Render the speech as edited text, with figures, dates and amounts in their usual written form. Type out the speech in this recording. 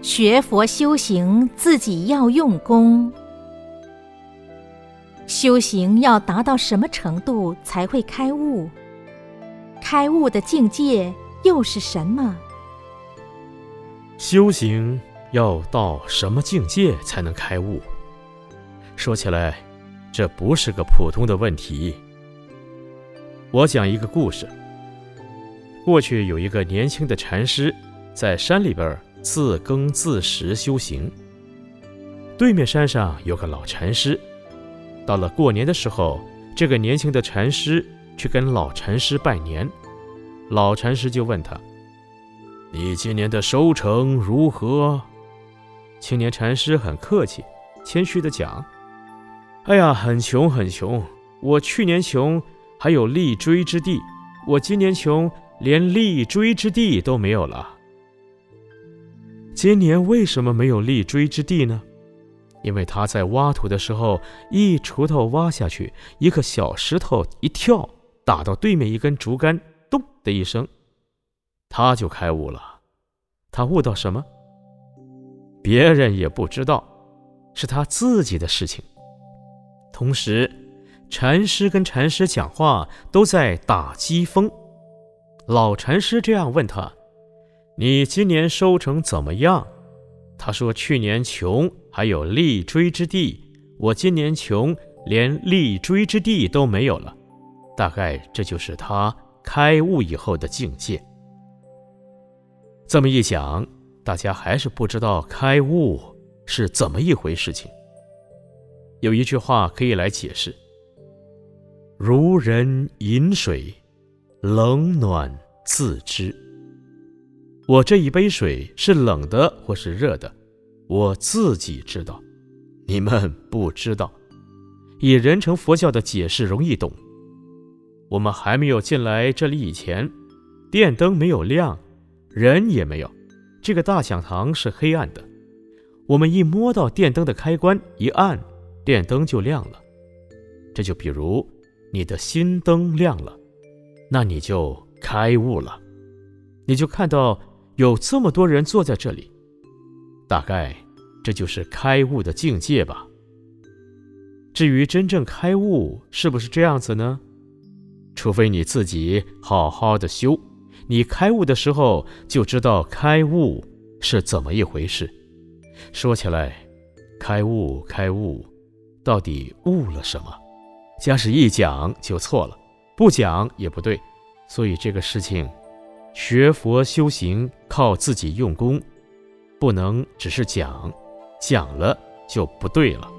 学佛修行，自己要用功。修行要达到什么程度才会开悟？开悟的境界又是什么？ 修行要到什么境界才能开悟？说起来，这不是个普通的问题。我讲一个故事。过去有一个年轻的禅师，在山里边自耕自食修行。对面山上有个老禅师，到了过年的时候，这个年轻的禅师去跟老禅师拜年。老禅师就问他：“你今年的收成如何？”青年禅师很客气，谦虚地讲：“哎呀，很穷很穷，我去年穷还有立锥之地，我今年穷连立锥之地都没有了。”今年为什么没有立锥之地呢？因为他在挖土的时候，一锄头挖下去，一颗小石头一跳，打到对面一根竹竿，咚的一声，他就开悟了。他悟到什么？别人也不知道，是他自己的事情。同时，禅师跟禅师讲话都在打机锋。老禅师这样问他：“你今年收成怎么样？”他说：“去年穷还有立锥之地，我今年穷连立锥之地都没有了。”大概这就是他开悟以后的境界。这么一讲，大家还是不知道开悟是怎么一回事情。有一句话可以来解释：如人饮水，冷暖自知。我这一杯水是冷的或是热的，我自己知道，你们不知道。以人成佛教的解释容易懂。我们还没有进来这里以前，电灯没有亮，人也没有，这个大讲堂是黑暗的。我们一摸到电灯的开关，一按，电灯就亮了。这就比如你的心灯亮了，那你就开悟了，你就看到有这么多人坐在这里，大概这就是开悟的境界吧。至于真正开悟是不是这样子呢？除非你自己好好的修，你开悟的时候就知道开悟是怎么一回事。说起来，开悟到底悟了什么？假使一讲就错了，不讲也不对。所以这个事情，学佛修行靠自己用功，不能只是讲了就不对了。